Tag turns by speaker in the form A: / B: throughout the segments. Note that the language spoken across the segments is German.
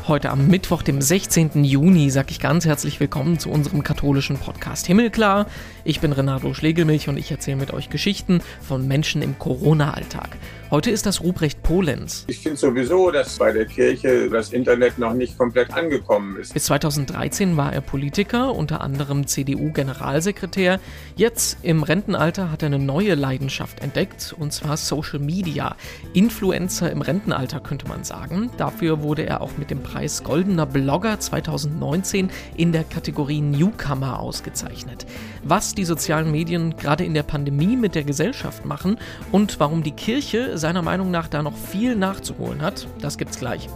A: Heute am Mittwoch, dem 16. Juni, sage ich ganz herzlich willkommen zu unserem katholischen Podcast Himmelklar. Ich bin Renato Schlegelmilch und ich erzähle mit euch Geschichten von Menschen im Corona-Alltag. Heute ist das Ruprecht Polenz.
B: Ich finde sowieso, dass bei der Kirche das Internet noch nicht komplett angekommen ist.
A: Bis 2013 war er Politiker, unter anderem CDU-Generalsekretär. Jetzt im Rentenalter hat er eine neue Leidenschaft entdeckt, und zwar Social Media. Influencer im Rentenalter, könnte man sagen. Dafür wurde er auch mit dem Preis Goldener Blogger 2019 in der Kategorie Newcomer ausgezeichnet. Was die sozialen Medien gerade in der Pandemie mit der Gesellschaft machen und warum die Kirche seiner Meinung nach da noch viel nachzuholen hat, das gibt's gleich.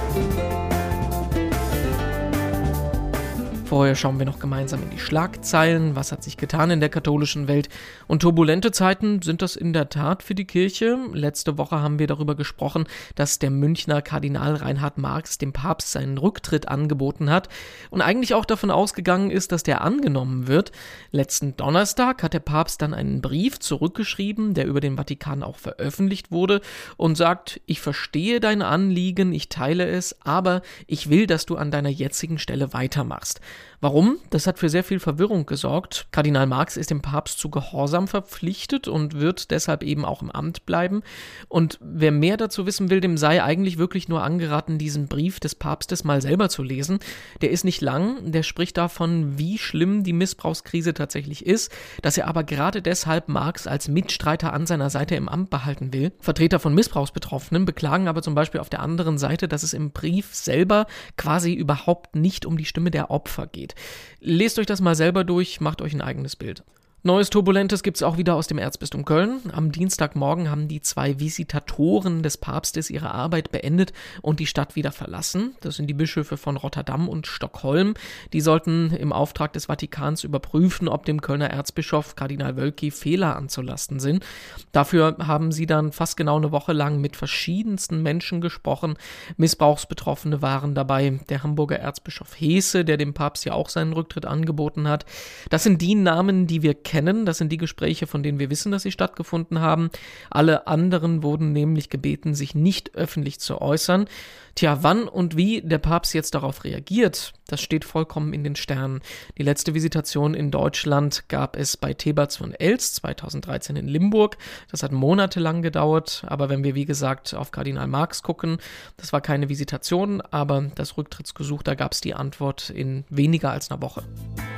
A: Vorher schauen wir noch gemeinsam in die Schlagzeilen. Was hat sich getan in der katholischen Welt? Und turbulente Zeiten sind das in der Tat für die Kirche. Letzte Woche haben wir darüber gesprochen, dass der Münchner Kardinal Reinhard Marx dem Papst seinen Rücktritt angeboten hat und eigentlich auch davon ausgegangen ist, dass der angenommen wird. Letzten Donnerstag hat der Papst dann einen Brief zurückgeschrieben, der über den Vatikan auch veröffentlicht wurde und sagt: Ich verstehe dein Anliegen, ich teile es, aber ich will, dass du an deiner jetzigen Stelle weitermachst. Warum? Das hat für sehr viel Verwirrung gesorgt. Kardinal Marx ist dem Papst zu Gehorsam verpflichtet und wird deshalb eben auch im Amt bleiben. Und wer mehr dazu wissen will, dem sei eigentlich wirklich nur angeraten, diesen Brief des Papstes mal selber zu lesen. Der ist nicht lang, der spricht davon, wie schlimm die Missbrauchskrise tatsächlich ist, dass er aber gerade deshalb Marx als Mitstreiter an seiner Seite im Amt behalten will. Vertreter von Missbrauchsbetroffenen beklagen aber zum Beispiel auf der anderen Seite, dass es im Brief selber quasi überhaupt nicht um die Stimme der Opfer geht. Lest euch das mal selber durch, macht euch ein eigenes Bild. Neues Turbulentes gibt es auch wieder aus dem Erzbistum Köln. Am Dienstagmorgen haben die 2 Visitatoren des Papstes ihre Arbeit beendet und die Stadt wieder verlassen. Das sind die Bischöfe von Rotterdam und Stockholm. Die sollten im Auftrag des Vatikans überprüfen, ob dem Kölner Erzbischof Kardinal Wölki Fehler anzulasten sind. Dafür haben sie dann fast genau eine Woche lang mit verschiedensten Menschen gesprochen. Missbrauchsbetroffene waren dabei, der Hamburger Erzbischof Heese, der dem Papst ja auch seinen Rücktritt angeboten hat. Das sind die Namen, die wir kennen. Das sind die Gespräche, von denen wir wissen, dass sie stattgefunden haben. Alle anderen wurden nämlich gebeten, sich nicht öffentlich zu äußern. Tja, wann und wie der Papst jetzt darauf reagiert, das steht vollkommen in den Sternen. Die letzte Visitation in Deutschland gab es bei Theberts von Elst 2013 in Limburg. Das hat monatelang gedauert, aber wenn wir, wie gesagt, auf Kardinal Marx gucken, das war keine Visitation, aber das Rücktrittsgesuch, da gab es die Antwort in weniger als einer Woche.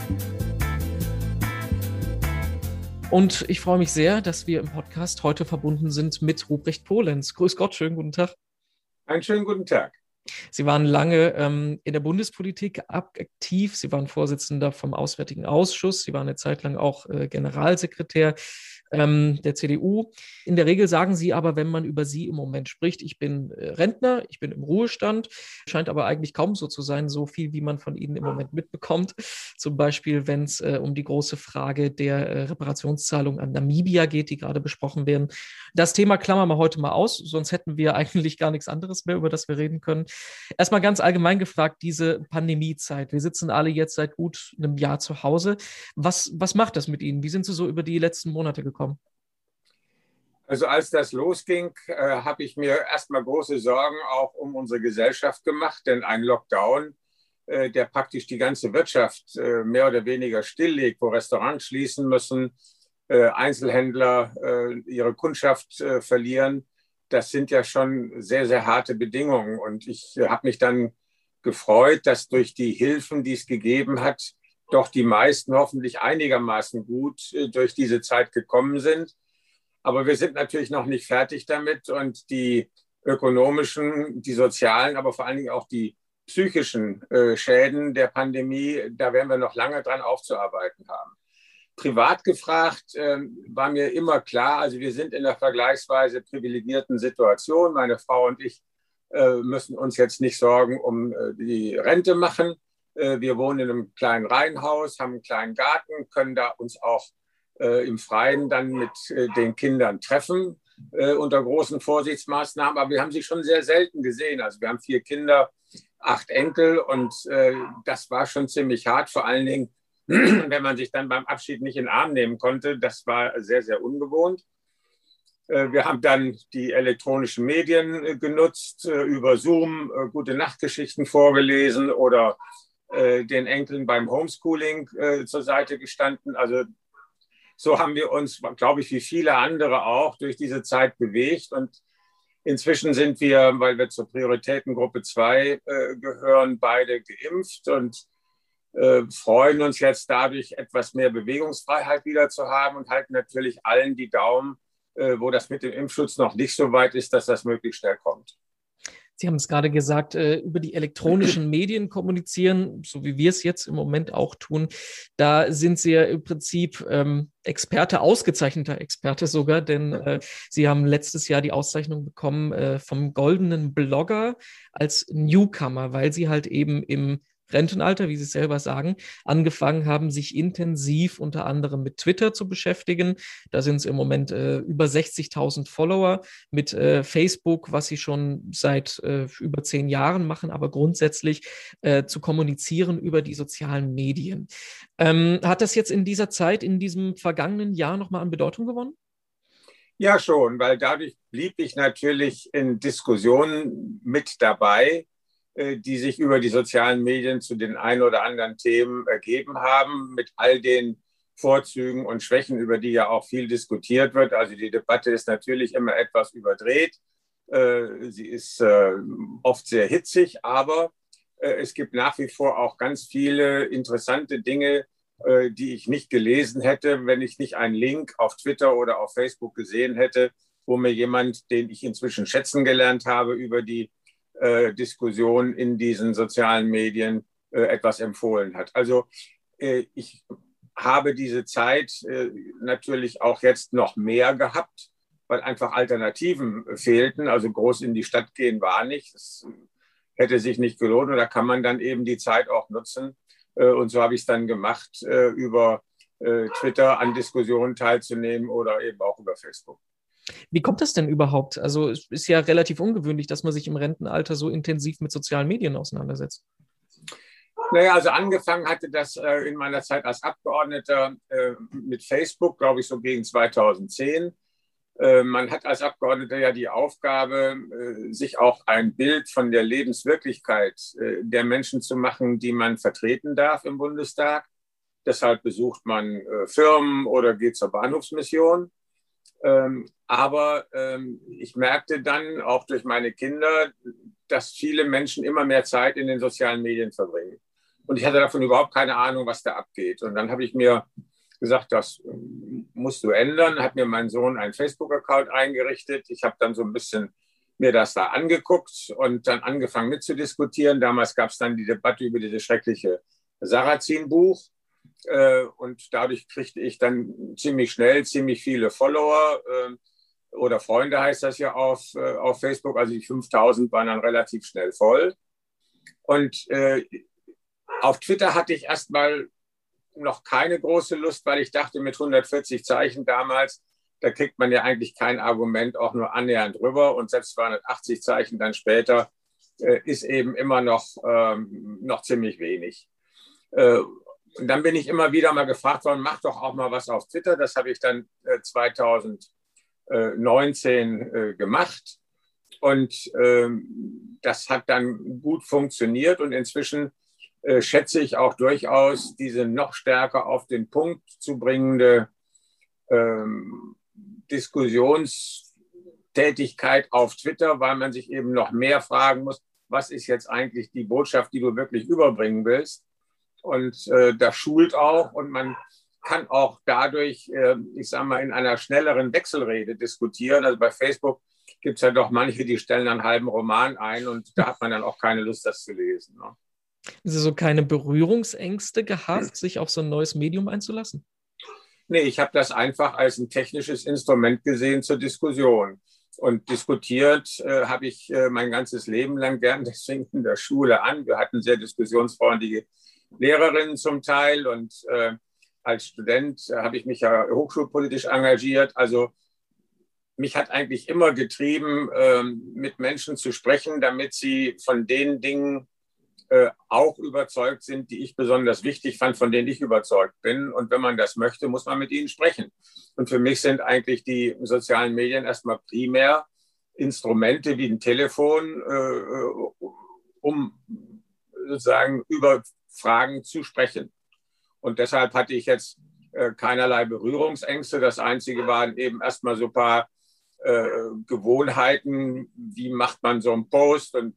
A: Und ich freue mich sehr, dass wir im Podcast heute verbunden sind mit Ruprecht Polenz. Grüß Gott, schönen guten Tag.
B: Einen schönen guten Tag.
A: Sie waren lange in der Bundespolitik aktiv. Sie waren Vorsitzender vom Auswärtigen Ausschuss. Sie waren eine Zeit lang auch Generalsekretär der CDU. In der Regel sagen Sie aber, wenn man über Sie im Moment spricht, ich bin Rentner, ich bin im Ruhestand, scheint aber eigentlich kaum so zu sein, so viel, wie man von Ihnen im Moment mitbekommt. Zum Beispiel, wenn es um die große Frage der Reparationszahlung an Namibia geht, die gerade besprochen werden. Das Thema klammern wir heute mal aus, sonst hätten wir eigentlich gar nichts anderes mehr, über das wir reden können. Erstmal ganz allgemein gefragt, diese Pandemiezeit. Wir sitzen alle jetzt seit gut einem Jahr zu Hause. Was macht das mit Ihnen? Wie sind Sie so über die letzten Monate gekommen?
B: Also als das losging, habe ich mir erstmal große Sorgen auch um unsere Gesellschaft gemacht, denn ein Lockdown, der praktisch die ganze Wirtschaft mehr oder weniger stilllegt, wo Restaurants schließen müssen, Einzelhändler ihre Kundschaft verlieren, das sind ja schon sehr, sehr harte Bedingungen. Und ich habe mich dann gefreut, dass durch die Hilfen, die es gegeben hat, doch die meisten hoffentlich einigermaßen gut durch diese Zeit gekommen sind. Aber wir sind natürlich noch nicht fertig damit und die ökonomischen, die sozialen, aber vor allen Dingen auch die psychischen Schäden der Pandemie, da werden wir noch lange dran aufzuarbeiten haben. Privat gefragt war mir immer klar, also wir sind in einer vergleichsweise privilegierten Situation. Meine Frau und ich müssen uns jetzt nicht Sorgen um die Rente machen. Wir wohnen in einem kleinen Reihenhaus, haben einen kleinen Garten, können da uns auch im Freien dann mit den Kindern treffen unter großen Vorsichtsmaßnahmen. Aber wir haben sie schon sehr selten gesehen. Also wir haben 4 Kinder, 8 Enkel und das war schon ziemlich hart. Vor allen Dingen, wenn man sich dann beim Abschied nicht in den Arm nehmen konnte. Das war sehr, sehr ungewohnt. Wir haben dann die elektronischen Medien genutzt, über Zoom gute Nachtgeschichten vorgelesen oder den Enkeln beim Homeschooling zur Seite gestanden. Also so haben wir uns, glaube ich, wie viele andere auch durch diese Zeit bewegt. Und inzwischen sind wir, weil wir zur Prioritätengruppe 2 gehören, beide geimpft und freuen uns jetzt dadurch, etwas mehr Bewegungsfreiheit wieder zu haben und halten natürlich allen die Daumen, wo das mit dem Impfschutz noch nicht so weit ist, dass das möglichst schnell kommt.
A: Sie haben es gerade gesagt, über die elektronischen Medien kommunizieren, so wie wir es jetzt im Moment auch tun. Da sind Sie ja im Prinzip Experte, ausgezeichneter Experte sogar, denn Sie haben letztes Jahr die Auszeichnung bekommen vom Goldenen Blogger als Newcomer, weil Sie halt eben im Rentenalter, wie Sie selber sagen, angefangen haben, sich intensiv unter anderem mit Twitter zu beschäftigen. Da sind es im Moment über 60.000 Follower, mit Facebook, was Sie schon seit über 10 Jahren machen, aber grundsätzlich zu kommunizieren über die sozialen Medien. Hat das jetzt in dieser Zeit, in diesem vergangenen Jahr nochmal an Bedeutung gewonnen?
B: Ja, schon, weil dadurch blieb ich natürlich in Diskussionen mit dabei, die sich über die sozialen Medien zu den ein oder anderen Themen ergeben haben, mit all den Vorzügen und Schwächen, über die ja auch viel diskutiert wird. Also die Debatte ist natürlich immer etwas überdreht. Sie ist oft sehr hitzig, aber es gibt nach wie vor auch ganz viele interessante Dinge, die ich nicht gelesen hätte, wenn ich nicht einen Link auf Twitter oder auf Facebook gesehen hätte, wo mir jemand, den ich inzwischen schätzen gelernt habe, über die Diskussion in diesen sozialen Medien etwas empfohlen hat. Also ich habe diese Zeit natürlich auch jetzt noch mehr gehabt, weil einfach Alternativen fehlten. Also groß in die Stadt gehen war nicht. Das hätte sich nicht gelohnt. Und da kann man dann eben die Zeit auch nutzen. Und so habe ich es dann gemacht, über Twitter an Diskussionen teilzunehmen oder eben auch über Facebook.
A: Wie kommt das denn überhaupt? Also es ist ja relativ ungewöhnlich, dass man sich im Rentenalter so intensiv mit sozialen Medien auseinandersetzt.
B: Naja, also angefangen hatte das in meiner Zeit als Abgeordneter mit Facebook, glaube ich, so gegen 2010. Man hat als Abgeordneter ja die Aufgabe, sich auch ein Bild von der Lebenswirklichkeit der Menschen zu machen, die man vertreten darf im Bundestag. Deshalb besucht man Firmen oder geht zur Bahnhofsmission. Aber ich merkte dann auch durch meine Kinder, dass viele Menschen immer mehr Zeit in den sozialen Medien verbringen. Und ich hatte davon überhaupt keine Ahnung, was da abgeht. Und dann habe ich mir gesagt, das musst du ändern. Hat mir mein Sohn einen Facebook-Account eingerichtet. Ich habe dann so ein bisschen mir das da angeguckt und dann angefangen mitzudiskutieren. Damals gab es dann die Debatte über dieses schreckliche Sarrazin-Buch. Und dadurch kriegte ich dann ziemlich schnell ziemlich viele Follower oder Freunde heißt das ja auf Facebook. Also die 5.000 waren dann relativ schnell voll. Und auf Twitter hatte ich erstmal noch keine große Lust, weil ich dachte, mit 140 Zeichen damals, da kriegt man ja eigentlich kein Argument auch nur annähernd rüber. Und selbst 280 Zeichen dann später ist eben immer noch ziemlich wenig. Und dann bin ich immer wieder mal gefragt worden, mach doch auch mal was auf Twitter. Das habe ich dann 2019 gemacht. Und das hat dann gut funktioniert. Und inzwischen schätze ich auch durchaus diese noch stärker auf den Punkt zu bringende Diskussionstätigkeit auf Twitter, weil man sich eben noch mehr fragen muss, was ist jetzt eigentlich die Botschaft, die du wirklich überbringen willst. Und das schult auch und man kann auch dadurch, ich sage mal, in einer schnelleren Wechselrede diskutieren. Also bei Facebook gibt es ja doch manche, die stellen einen halben Roman ein und da hat man dann auch keine Lust, das zu lesen. Ne?
A: Also so keine Berührungsängste gehabt, sich auf so ein neues Medium einzulassen?
B: Nee, ich habe das einfach als ein technisches Instrument gesehen zur Diskussion. Und diskutiert habe ich mein ganzes Leben lang gern, deswegen in der Schule an. Wir hatten sehr diskussionsfreundliche Lehrerinnen zum Teil und als Student habe ich mich ja hochschulpolitisch engagiert. Also mich hat eigentlich immer getrieben, mit Menschen zu sprechen, damit sie von den Dingen auch überzeugt sind, die ich besonders wichtig fand, von denen ich überzeugt bin. Und wenn man das möchte, muss man mit ihnen sprechen. Und für mich sind eigentlich die sozialen Medien erstmal primär Instrumente wie ein Telefon, um sozusagen über Fragen zu sprechen. Und deshalb hatte ich jetzt keinerlei Berührungsängste. Das Einzige waren eben erstmal so ein paar Gewohnheiten. Wie macht man so einen Post und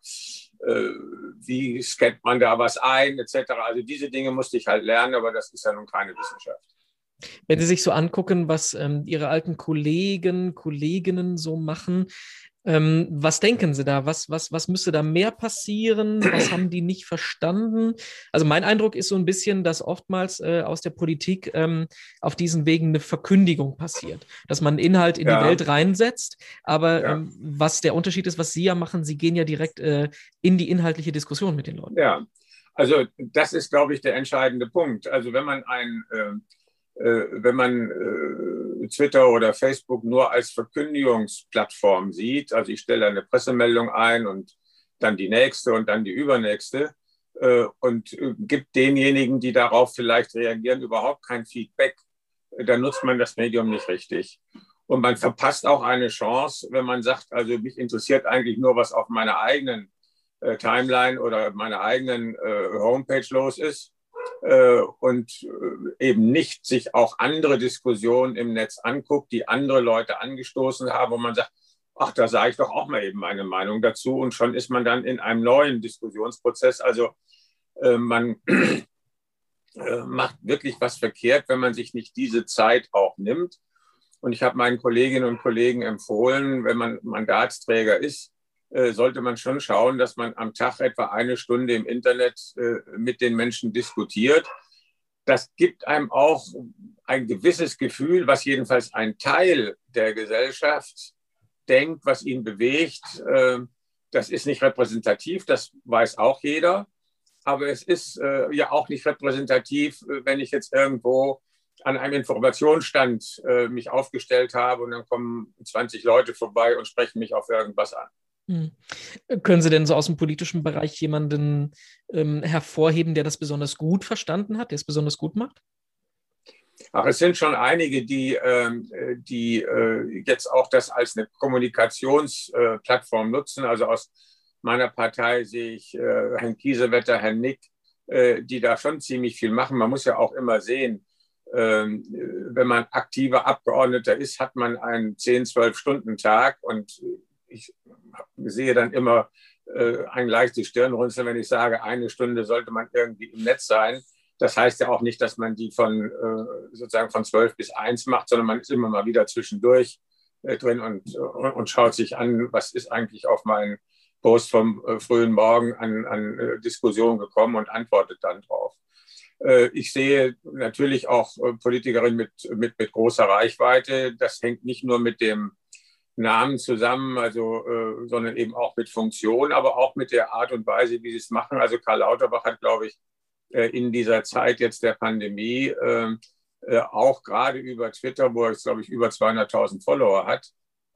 B: wie scannt man da was ein, etc. Also diese Dinge musste ich halt lernen, aber das ist ja nun keine Wissenschaft.
A: Wenn Sie sich so angucken, was Ihre alten Kolleginnen so machen, was denken Sie da? Was müsste da mehr passieren? Was haben die nicht verstanden? Also mein Eindruck ist so ein bisschen, dass oftmals aus der Politik auf diesen Wegen eine Verkündigung passiert, dass man Inhalt in die Welt reinsetzt. Aber was der Unterschied ist, was Sie ja machen, Sie gehen ja direkt in die inhaltliche Diskussion mit den Leuten.
B: Ja, also das ist, glaube ich, der entscheidende Punkt. Also wenn man Twitter oder Facebook nur als Verkündigungsplattform sieht, also ich stelle eine Pressemeldung ein und dann die nächste und dann die übernächste und gibt denjenigen, die darauf vielleicht reagieren, überhaupt kein Feedback, dann nutzt man das Medium nicht richtig. Und man verpasst auch eine Chance, wenn man sagt, also mich interessiert eigentlich nur, was auf meiner eigenen Timeline oder meiner eigenen Homepage los ist. Und eben nicht sich auch andere Diskussionen im Netz anguckt, die andere Leute angestoßen haben, wo man sagt, ach, da sage ich doch auch mal eben meine Meinung dazu. Und schon ist man dann in einem neuen Diskussionsprozess. Also man macht wirklich was verkehrt, wenn man sich nicht diese Zeit auch nimmt. Und ich habe meinen Kolleginnen und Kollegen empfohlen, wenn man Mandatsträger ist, sollte man schon schauen, dass man am Tag etwa eine Stunde im Internet mit den Menschen diskutiert. Das gibt einem auch ein gewisses Gefühl, was jedenfalls ein Teil der Gesellschaft denkt, was ihn bewegt. Das ist nicht repräsentativ, das weiß auch jeder. Aber es ist ja auch nicht repräsentativ, wenn ich jetzt irgendwo an einem Informationsstand mich aufgestellt habe und dann kommen 20 Leute vorbei und sprechen mich auf irgendwas an.
A: Können Sie denn so aus dem politischen Bereich jemanden hervorheben, der das besonders gut verstanden hat, der es besonders gut macht?
B: Ach, es sind schon einige, die jetzt auch das als eine Kommunikationsplattform nutzen. Also aus meiner Partei sehe ich Herrn Kiesewetter, Herrn Nick, die da schon ziemlich viel machen. Man muss ja auch immer sehen, wenn man aktiver Abgeordneter ist, hat man einen 10-12-Stunden-Tag und ich sehe dann immer ein leichtes Stirnrunzeln, wenn ich sage, eine Stunde sollte man irgendwie im Netz sein. Das heißt ja auch nicht, dass man die sozusagen von 12 bis 1 macht, sondern man ist immer mal wieder zwischendurch drin und schaut sich an, was ist eigentlich auf meinen Post vom frühen Morgen an Diskussionen gekommen und antwortet dann drauf. Ich sehe natürlich auch Politikerinnen mit großer Reichweite. Das hängt nicht nur mit dem Namen zusammen, sondern eben auch mit Funktion, aber auch mit der Art und Weise, wie sie es machen. Also Karl Lauterbach hat, glaube ich, in dieser Zeit jetzt der Pandemie auch gerade über Twitter, wo er jetzt, glaube ich, über 200.000 Follower hat,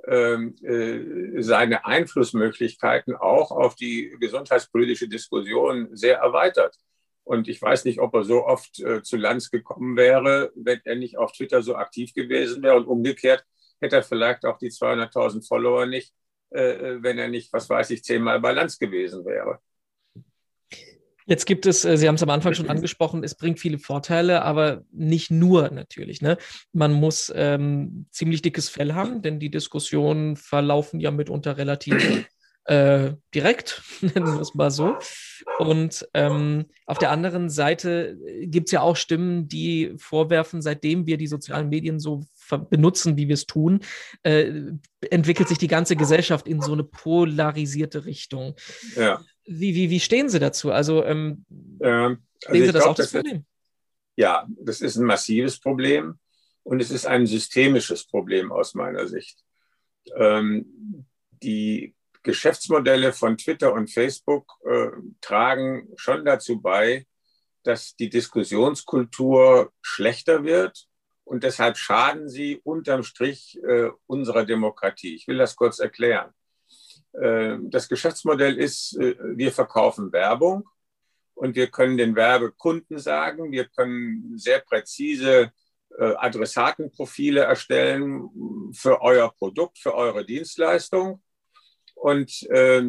B: seine Einflussmöglichkeiten auch auf die gesundheitspolitische Diskussion sehr erweitert. Und ich weiß nicht, ob er so oft zu Lanz gekommen wäre, wenn er nicht auf Twitter so aktiv gewesen wäre. Und umgekehrt hätte er vielleicht auch die 200.000 Follower nicht, wenn er nicht, was weiß ich, 10-mal bei Lanz gewesen wäre.
A: Jetzt gibt es, Sie haben es am Anfang schon angesprochen, es bringt viele Vorteile, aber nicht nur natürlich. Ne? Man muss ziemlich dickes Fell haben, denn die Diskussionen verlaufen ja mitunter relativ direkt, nennen wir es mal so. Und auf der anderen Seite gibt es ja auch Stimmen, die vorwerfen, seitdem wir die sozialen Medien so benutzen, wie wir es tun, entwickelt sich die ganze Gesellschaft in so eine polarisierte Richtung.
B: Ja.
A: Wie stehen Sie dazu? Also, sehen
B: Sie
A: das auch das Problem?
B: Ja, das ist ein massives Problem und es ist ein systemisches Problem aus meiner Sicht. Die Geschäftsmodelle von Twitter und Facebook tragen schon dazu bei, dass die Diskussionskultur schlechter wird und deshalb schaden sie unterm Strich unserer Demokratie. Ich will das kurz erklären. Das Geschäftsmodell ist, wir verkaufen Werbung und wir können den Werbekunden sagen, wir können sehr präzise Adressatenprofile erstellen für euer Produkt, für eure Dienstleistung. Und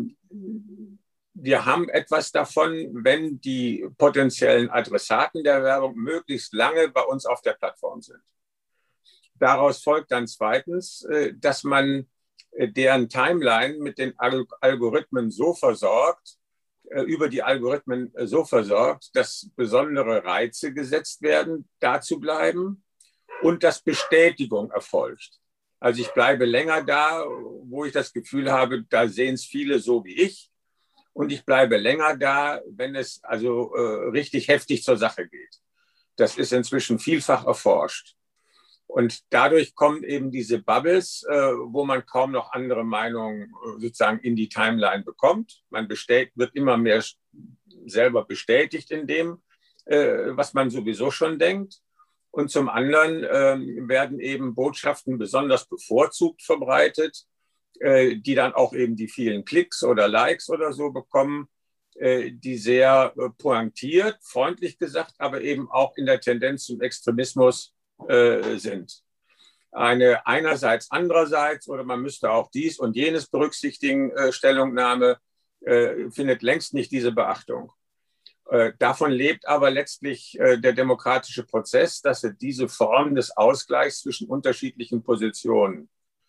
B: wir haben etwas davon, wenn die potenziellen Adressaten der Werbung möglichst lange bei uns auf der Plattform sind. Daraus folgt dann zweitens, dass man deren Timeline mit den Algorithmen so versorgt, über die Algorithmen so versorgt, dass besondere Reize gesetzt werden, da zu bleiben und dass Bestätigung erfolgt. Also ich bleibe länger da, wo ich das Gefühl habe, da sehen es viele so wie ich. Und ich bleibe länger da, wenn es also richtig heftig zur Sache geht. Das ist inzwischen vielfach erforscht. Und dadurch kommen eben diese Bubbles, wo man kaum noch andere Meinungen sozusagen in die Timeline bekommt. Man wird immer mehr selber bestätigt in dem, was man sowieso schon denkt. Und zum anderen werden eben Botschaften besonders bevorzugt verbreitet, die dann auch eben die vielen Klicks oder Likes oder so bekommen, die sehr pointiert, freundlich gesagt, aber eben auch in der Tendenz zum Extremismus sind. Eine einerseits, andererseits oder man müsste auch dies und jenes berücksichtigen, Stellungnahme findet längst nicht diese Beachtung. Davon lebt aber letztlich der demokratische Prozess, dass er diese Form des Ausgleichs zwischen unterschiedlichen Positionen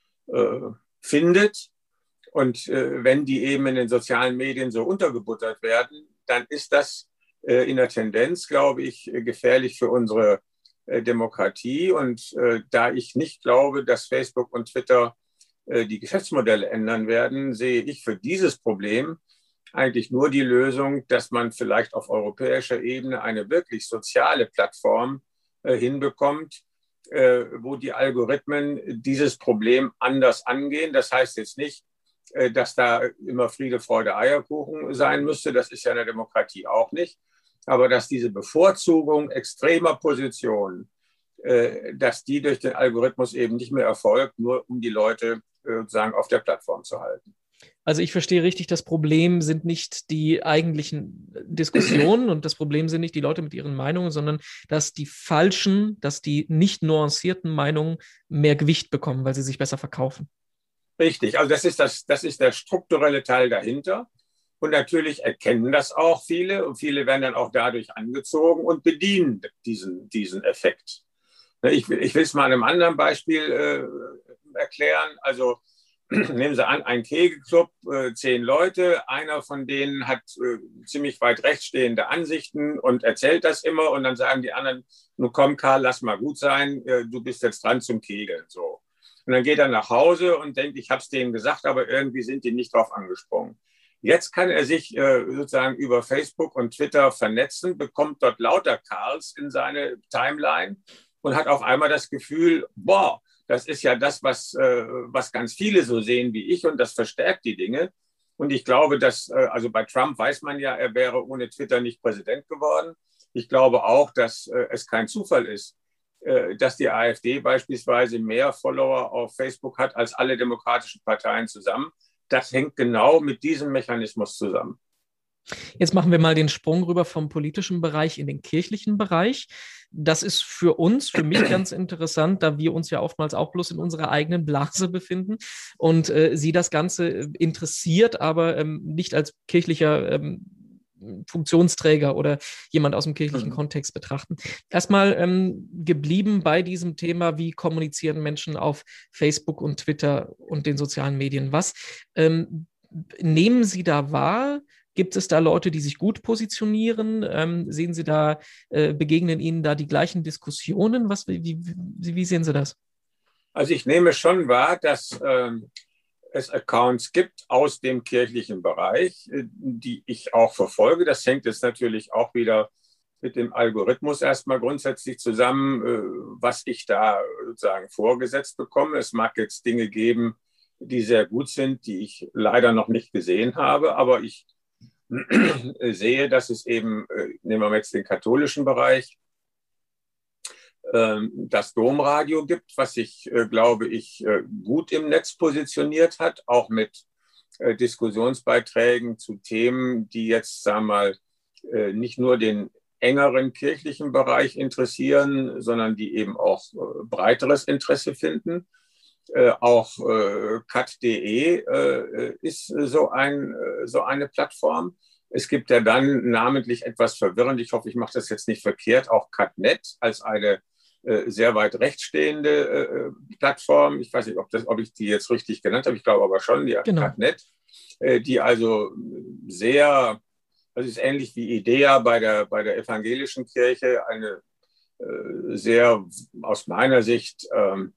B: findet. Und wenn die eben in den sozialen Medien so untergebuttert werden, dann ist das in der Tendenz, glaube ich, gefährlich für unsere Demokratie. Und da ich nicht glaube, dass Facebook und Twitter die Geschäftsmodelle ändern werden, sehe ich für dieses Problem eigentlich nur die Lösung, dass man vielleicht auf europäischer Ebene eine wirklich soziale Plattform hinbekommt, wo die Algorithmen dieses Problem anders angehen. Das heißt jetzt nicht, dass da immer Friede, Freude, Eierkuchen sein müsste. Das ist ja in der Demokratie auch nicht. Aber dass diese Bevorzugung extremer Positionen, dass die durch den Algorithmus eben nicht mehr erfolgt, nur um die Leute sozusagen auf der Plattform zu halten.
A: Also ich verstehe richtig, das Problem sind nicht die eigentlichen Diskussionen und das Problem sind nicht die Leute mit ihren Meinungen, sondern dass die nicht nuancierten Meinungen mehr Gewicht bekommen, weil sie sich besser verkaufen.
B: Richtig, also das ist der strukturelle Teil dahinter. Und natürlich erkennen das auch viele und viele werden dann auch dadurch angezogen und bedienen diesen Effekt. Ich will es mal an einem anderen Beispiel erklären. Also nehmen Sie an, ein Kegelclub, 10 Leute, einer von denen hat ziemlich weit rechts stehende Ansichten und erzählt das immer und dann sagen die anderen, nun komm Karl, lass mal gut sein, du bist jetzt dran zum Kegeln. So. Und dann geht er nach Hause und denkt, ich habe es denen gesagt, aber irgendwie sind die nicht drauf angesprungen. Jetzt kann er sich sozusagen über Facebook und Twitter vernetzen, bekommt dort lauter Karls in seine Timeline und hat auf einmal das Gefühl, boah, das ist ja das, was ganz viele so sehen wie ich und das verstärkt die Dinge. Und ich glaube, dass, also bei Trump weiß man ja, er wäre ohne Twitter nicht Präsident geworden. Ich glaube auch, dass es kein Zufall ist, dass die AfD beispielsweise mehr Follower auf Facebook hat als alle demokratischen Parteien zusammen. Das hängt genau mit diesem Mechanismus zusammen.
A: Jetzt machen wir mal den Sprung rüber vom politischen Bereich in den kirchlichen Bereich. Das ist für mich ganz interessant, da wir uns ja oftmals auch bloß in unserer eigenen Blase befinden und Sie das Ganze interessiert, aber nicht als kirchlicher Funktionsträger oder jemand aus dem kirchlichen Kontext betrachten. Erstmal geblieben bei diesem Thema, wie kommunizieren Menschen auf Facebook und Twitter und den sozialen Medien. Was nehmen Sie da wahr? Gibt es da Leute, die sich gut positionieren? Sehen Sie da, begegnen Ihnen da die gleichen Diskussionen? Wie sehen Sie das?
B: Also ich nehme schon wahr, dass es Accounts gibt aus dem kirchlichen Bereich, die ich auch verfolge. Das hängt jetzt natürlich auch wieder mit dem Algorithmus erstmal grundsätzlich zusammen, was ich da sozusagen vorgesetzt bekomme. Es mag jetzt Dinge geben, die sehr gut sind, die ich leider noch nicht gesehen habe, aber ich sehe, dass es eben, nehmen wir jetzt den katholischen Bereich, das Domradio gibt, was sich, glaube ich, gut im Netz positioniert hat, auch mit Diskussionsbeiträgen zu Themen, die jetzt, sagen wir mal, nicht nur den engeren kirchlichen Bereich interessieren, sondern die eben auch breiteres Interesse finden. Auch cat.de ist so eine Plattform. Es gibt ja dann namentlich etwas verwirrend, ich hoffe, ich mache das jetzt nicht verkehrt, auch cat.net als eine sehr weit rechtsstehende Plattform. Ich weiß nicht, ob ich die jetzt richtig genannt habe, ich glaube aber schon, die
A: Genau.
B: cat.net, die also sehr, das ist ähnlich wie IDEA bei der evangelischen Kirche, eine sehr aus meiner Sicht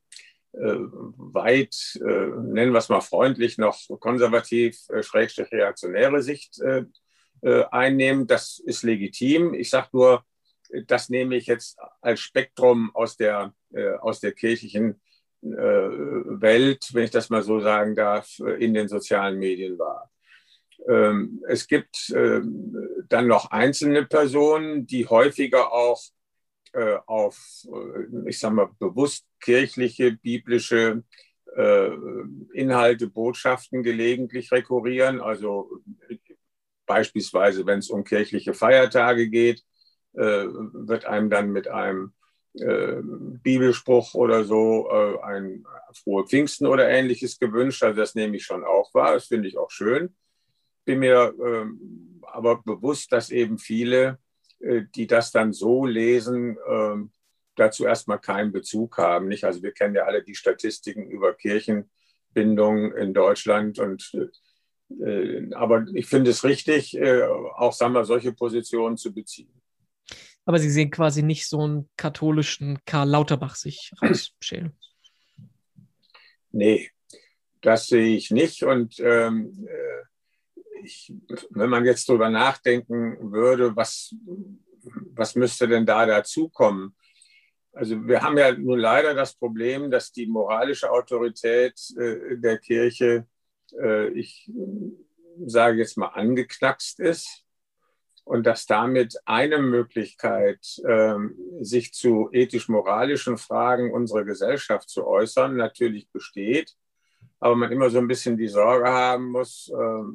B: weit, nennen wir es mal freundlich, noch konservativ, schrägstrich reaktionäre Sicht einnehmen. Das ist legitim. Ich sage nur, das nehme ich jetzt als Spektrum aus der kirchlichen Welt, wenn ich das mal so sagen darf, in den sozialen Medien wahr. Es gibt dann noch einzelne Personen, die häufiger auch auf, ich sage mal, bewusst kirchliche, biblische Inhalte, Botschaften gelegentlich rekurrieren. Also beispielsweise, wenn es um kirchliche Feiertage geht, wird einem dann mit einem Bibelspruch oder so ein frohe Pfingsten oder ähnliches gewünscht. Also das nehme ich schon auch wahr. Das finde ich auch schön. Bin mir aber bewusst, dass eben viele, die das dann so lesen, dazu erstmal keinen Bezug haben. Nicht? Also wir kennen ja alle die Statistiken über Kirchenbindung in Deutschland. Aber ich finde es richtig, auch sagen wir, solche Positionen zu beziehen.
A: Aber Sie sehen quasi nicht so einen katholischen Karl Lauterbach sich rausschälen.
B: Nee, das sehe ich nicht. Und wenn man jetzt drüber nachdenken würde, was müsste denn da dazukommen? Also wir haben ja nun leider das Problem, dass die moralische Autorität der Kirche, ich sage jetzt mal, angeknackst ist. Und dass damit eine Möglichkeit, sich zu ethisch-moralischen Fragen unserer Gesellschaft zu äußern, natürlich besteht. Aber man immer so ein bisschen die Sorge haben muss,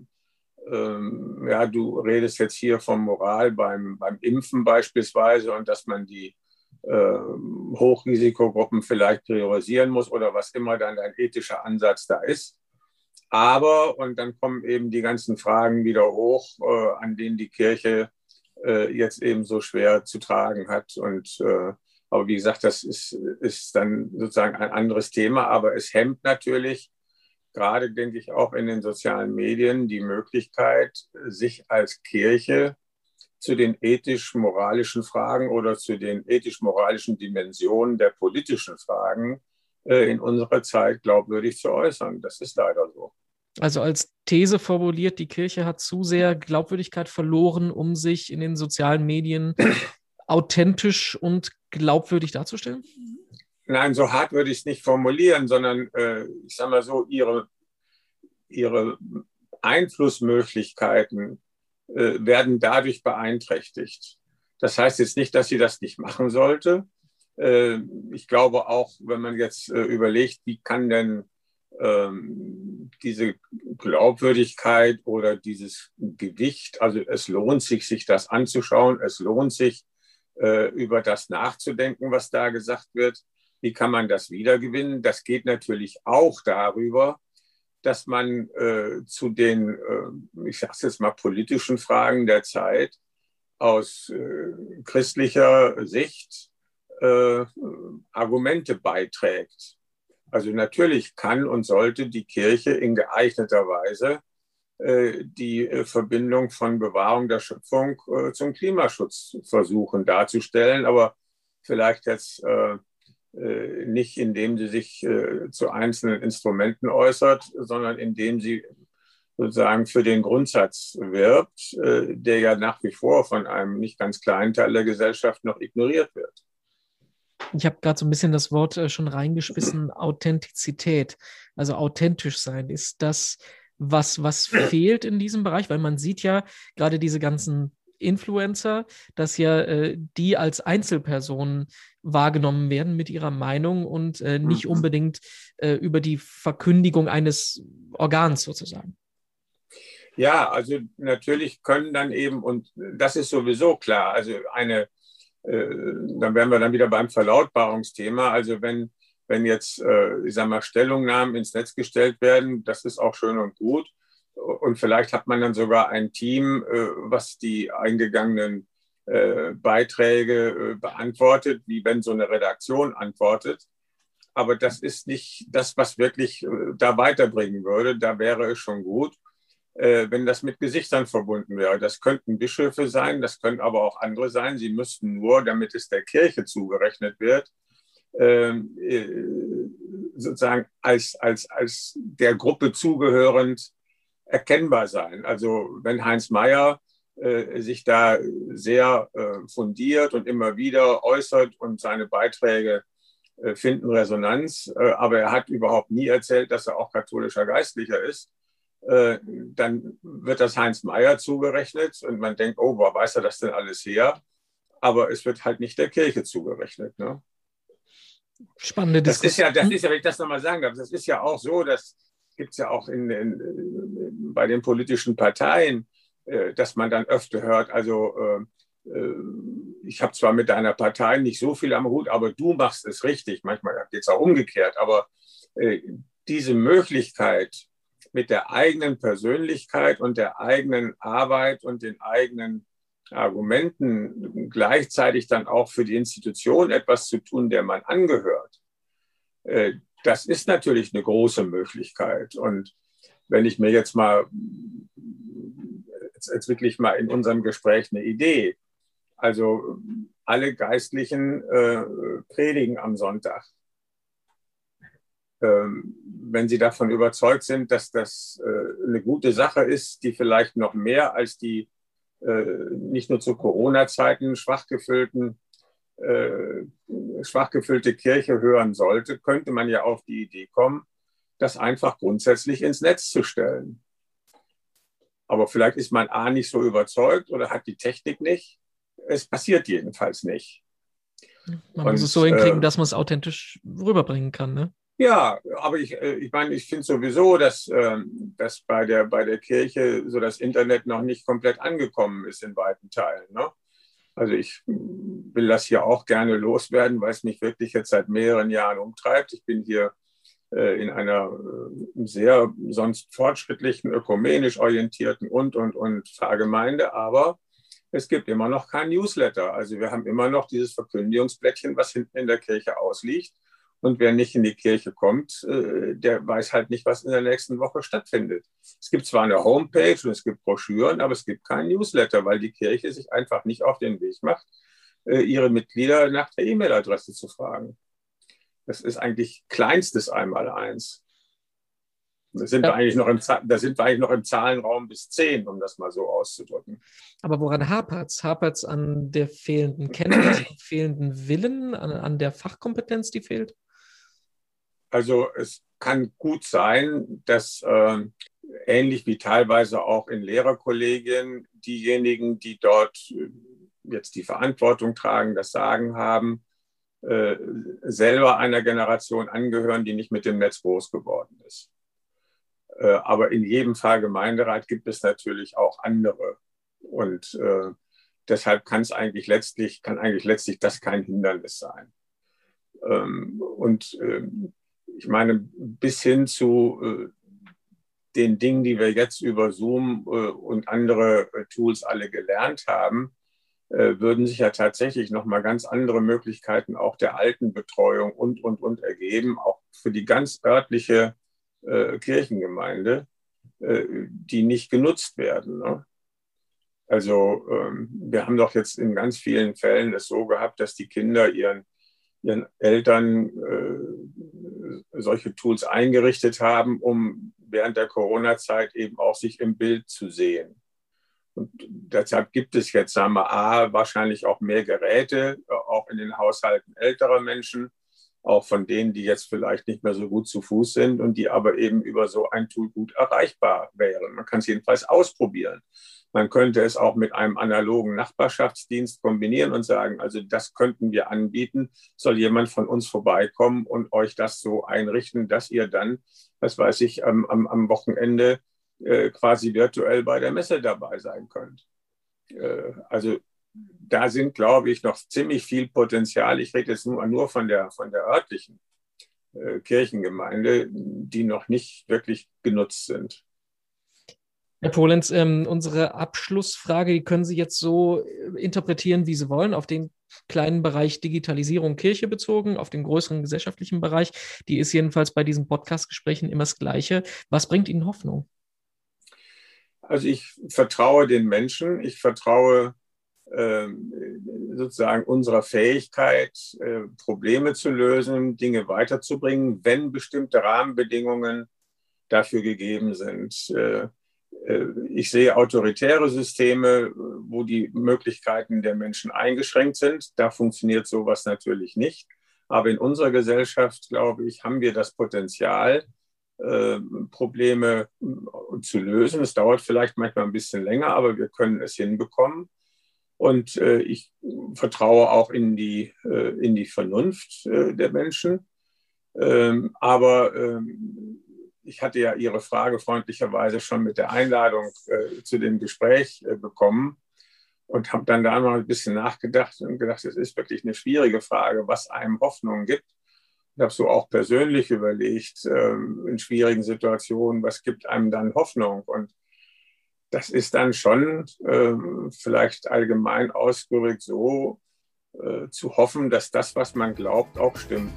B: ja, du redest jetzt hier von Moral beim Impfen beispielsweise und dass man die Hochrisikogruppen vielleicht priorisieren muss oder was immer dann ein ethischer Ansatz da ist. Aber, und dann kommen eben die ganzen Fragen wieder hoch, an denen die Kirche jetzt eben so schwer zu tragen hat. Aber wie gesagt, das ist dann sozusagen ein anderes Thema. Aber es hemmt natürlich, gerade denke ich auch in den sozialen Medien, die Möglichkeit, sich als Kirche zu den ethisch-moralischen Fragen oder zu den ethisch-moralischen Dimensionen der politischen Fragen in unserer Zeit glaubwürdig zu äußern. Das ist leider so.
A: Also als These formuliert, die Kirche hat zu sehr Glaubwürdigkeit verloren, um sich in den sozialen Medien authentisch und glaubwürdig darzustellen?
B: Nein, so hart würde ich es nicht formulieren, sondern ich sage mal so, ihre Einflussmöglichkeiten werden dadurch beeinträchtigt. Das heißt jetzt nicht, dass sie das nicht machen sollte. Ich glaube auch, wenn man jetzt überlegt, wie kann denn diese Glaubwürdigkeit oder dieses Gewicht, also es lohnt sich, sich das anzuschauen, es lohnt sich, über das nachzudenken, was da gesagt wird. Wie kann man das wiedergewinnen? Das geht natürlich auch darüber, dass man zu den, ich sage es jetzt mal, politischen Fragen der Zeit aus christlicher Sicht Argumente beiträgt. Also natürlich kann und sollte die Kirche in geeigneter Weise die Verbindung von Bewahrung der Schöpfung zum Klimaschutz versuchen darzustellen, aber vielleicht jetzt nicht indem sie sich zu einzelnen Instrumenten äußert, sondern indem sie sozusagen für den Grundsatz wirbt, der ja nach wie vor von einem nicht ganz kleinen Teil der Gesellschaft noch ignoriert wird.
A: Ich habe gerade so ein bisschen das Wort schon reingeschmissen, Authentizität, also authentisch sein. Ist das was fehlt in diesem Bereich? Weil man sieht ja gerade diese ganzen Influencer, dass ja die als Einzelpersonen wahrgenommen werden mit ihrer Meinung und nicht unbedingt über die Verkündigung eines Organs sozusagen.
B: Ja, also natürlich können dann eben, und das ist sowieso klar, also dann wären wir dann wieder beim Verlautbarungsthema. Also wenn jetzt, ich sag mal, Stellungnahmen ins Netz gestellt werden, das ist auch schön und gut. Und vielleicht hat man dann sogar ein Team, was die eingegangenen Beiträge beantwortet, wie wenn so eine Redaktion antwortet. Aber das ist nicht das, was wirklich da weiterbringen würde. Da wäre es schon gut, wenn das mit Gesichtern verbunden wäre. Das könnten Bischöfe sein, das können aber auch andere sein. Sie müssten nur, damit es der Kirche zugerechnet wird, sozusagen als der Gruppe zugehörend erkennbar sein. Also wenn Heinz Mayer sich da sehr fundiert und immer wieder äußert und seine Beiträge finden Resonanz, aber er hat überhaupt nie erzählt, dass er auch katholischer Geistlicher ist, dann wird das Heinz Mayer zugerechnet und man denkt, oh, woher weiß er das denn alles her? Aber es wird halt nicht der Kirche zugerechnet. Ne?
A: Spannende Diskussion.
B: Das ist ja, wenn ich das nochmal sagen darf, das ist ja auch so, das gibt es ja auch bei den politischen Parteien, dass man dann öfter hört, also ich habe zwar mit deiner Partei nicht so viel am Hut, aber du machst es richtig. Manchmal geht es auch umgekehrt, aber diese Möglichkeit, mit der eigenen Persönlichkeit und der eigenen Arbeit und den eigenen Argumenten gleichzeitig dann auch für die Institution etwas zu tun, der man angehört, das ist natürlich eine große Möglichkeit. Und wenn ich mir jetzt wirklich mal in unserem Gespräch eine Idee, also alle Geistlichen predigen am Sonntag. Wenn sie davon überzeugt sind, dass das eine gute Sache ist, die vielleicht noch mehr als die nicht nur zu Corona-Zeiten schwach gefüllte Kirche hören sollte, könnte man ja auf die Idee kommen, das einfach grundsätzlich ins Netz zu stellen. Aber vielleicht ist man A nicht so überzeugt oder hat die Technik nicht. Es passiert jedenfalls nicht.
A: Man muss es so hinkriegen, dass man es authentisch rüberbringen kann, ne?
B: Ja, aber ich meine, ich finde sowieso, dass bei der Kirche so das Internet noch nicht komplett angekommen ist in weiten Teilen. Ne? Also ich will das hier auch gerne loswerden, weil es mich wirklich jetzt seit mehreren Jahren umtreibt. Ich bin hier in einer sehr sonst fortschrittlichen, ökumenisch orientierten und Pfarrgemeinde, aber es gibt immer noch kein Newsletter. Also wir haben immer noch dieses Verkündigungsblättchen, was hinten in der Kirche ausliegt. Und wer nicht in die Kirche kommt, der weiß halt nicht, was in der nächsten Woche stattfindet. Es gibt zwar eine Homepage und es gibt Broschüren, aber es gibt keinen Newsletter, weil die Kirche sich einfach nicht auf den Weg macht, ihre Mitglieder nach der E-Mail-Adresse zu fragen. Das ist eigentlich kleinstes Einmaleins. Da sind wir eigentlich noch im Zahlenraum bis 10, um das mal so auszudrücken.
A: Aber woran hapert es? Hapert es an der fehlenden Kenntnis, am fehlenden Willen, an der Fachkompetenz, die fehlt?
B: Also es kann gut sein, dass ähnlich wie teilweise auch in Lehrerkollegien diejenigen, die dort jetzt die Verantwortung tragen, das Sagen haben, selber einer Generation angehören, die nicht mit dem Netz groß geworden ist. Aber in jedem Fall Gemeinderat gibt es natürlich auch andere. Und deshalb kann eigentlich letztlich das kein Hindernis sein. Ich meine, bis hin zu den Dingen, die wir jetzt über Zoom und andere Tools alle gelernt haben, würden sich ja tatsächlich nochmal ganz andere Möglichkeiten auch der Altenbetreuung und ergeben, auch für die ganz örtliche Kirchengemeinde, die nicht genutzt werden. Ne? Also wir haben doch jetzt in ganz vielen Fällen es so gehabt, dass die Kinder ihren Eltern solche Tools eingerichtet haben, um während der Corona-Zeit eben auch sich im Bild zu sehen. Und deshalb gibt es jetzt, sagen wir, wahrscheinlich auch mehr Geräte, auch in den Haushalten älterer Menschen, auch von denen, die jetzt vielleicht nicht mehr so gut zu Fuß sind und die aber eben über so ein Tool gut erreichbar wären. Man kann es jedenfalls ausprobieren. Man könnte es auch mit einem analogen Nachbarschaftsdienst kombinieren und sagen, also das könnten wir anbieten, soll jemand von uns vorbeikommen und euch das so einrichten, dass ihr dann, was weiß ich, am Wochenende quasi virtuell bei der Messe dabei sein könnt. Also da sind, glaube ich, noch ziemlich viel Potenzial. Ich rede jetzt nur von der örtlichen Kirchengemeinde, die noch nicht wirklich genutzt sind.
A: Herr Polenz, unsere Abschlussfrage, die können Sie jetzt so interpretieren, wie Sie wollen, auf den kleinen Bereich Digitalisierung Kirche bezogen, auf den größeren gesellschaftlichen Bereich. Die ist jedenfalls bei diesen Podcast-Gesprächen immer das Gleiche. Was bringt Ihnen Hoffnung?
B: Also ich vertraue den Menschen, ich vertraue sozusagen unserer Fähigkeit, Probleme zu lösen, Dinge weiterzubringen, wenn bestimmte Rahmenbedingungen dafür gegeben sind. Ich sehe autoritäre Systeme, wo die Möglichkeiten der Menschen eingeschränkt sind. Da funktioniert sowas natürlich nicht. Aber in unserer Gesellschaft, glaube ich, haben wir das Potenzial, Probleme zu lösen. Es dauert vielleicht manchmal ein bisschen länger, aber wir können es hinbekommen. Und ich vertraue auch in die Vernunft der Menschen. Aber ich hatte ja Ihre Frage freundlicherweise schon mit der Einladung zu dem Gespräch bekommen und habe dann da noch ein bisschen nachgedacht und gedacht, es ist wirklich eine schwierige Frage, was einem Hoffnung gibt. Ich habe so auch persönlich überlegt, in schwierigen Situationen, was gibt einem dann Hoffnung? Und das ist dann schon vielleicht allgemein ausgedrückt so zu hoffen, dass das, was man glaubt, auch stimmt.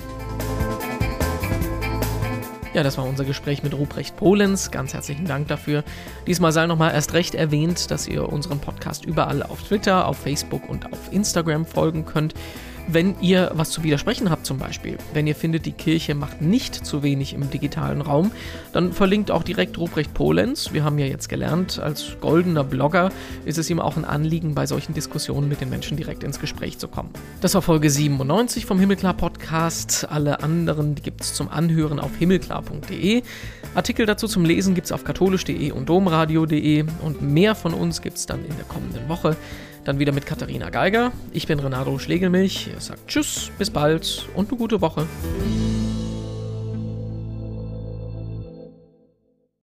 A: Ja, das war unser Gespräch mit Ruprecht Polenz. Ganz herzlichen Dank dafür. Diesmal sei nochmal erst recht erwähnt, dass ihr unseren Podcast überall auf Twitter, auf Facebook und auf Instagram folgen könnt. Wenn ihr was zu widersprechen habt zum Beispiel, wenn ihr findet, die Kirche macht nicht zu wenig im digitalen Raum, dann verlinkt auch direkt Ruprecht Polenz. Wir haben ja jetzt gelernt, als goldener Blogger ist es ihm auch ein Anliegen, bei solchen Diskussionen mit den Menschen direkt ins Gespräch zu kommen. Das war Folge 97 vom Himmelklar Podcast. Alle anderen gibt es zum Anhören auf himmelklar.de. Artikel dazu zum Lesen gibt es auf katholisch.de und domradio.de und mehr von uns gibt es dann in der kommenden Woche. Dann wieder mit Katharina Geiger. Ich bin Renato Schlegelmilch. Ihr sagt Tschüss, bis bald und eine gute Woche.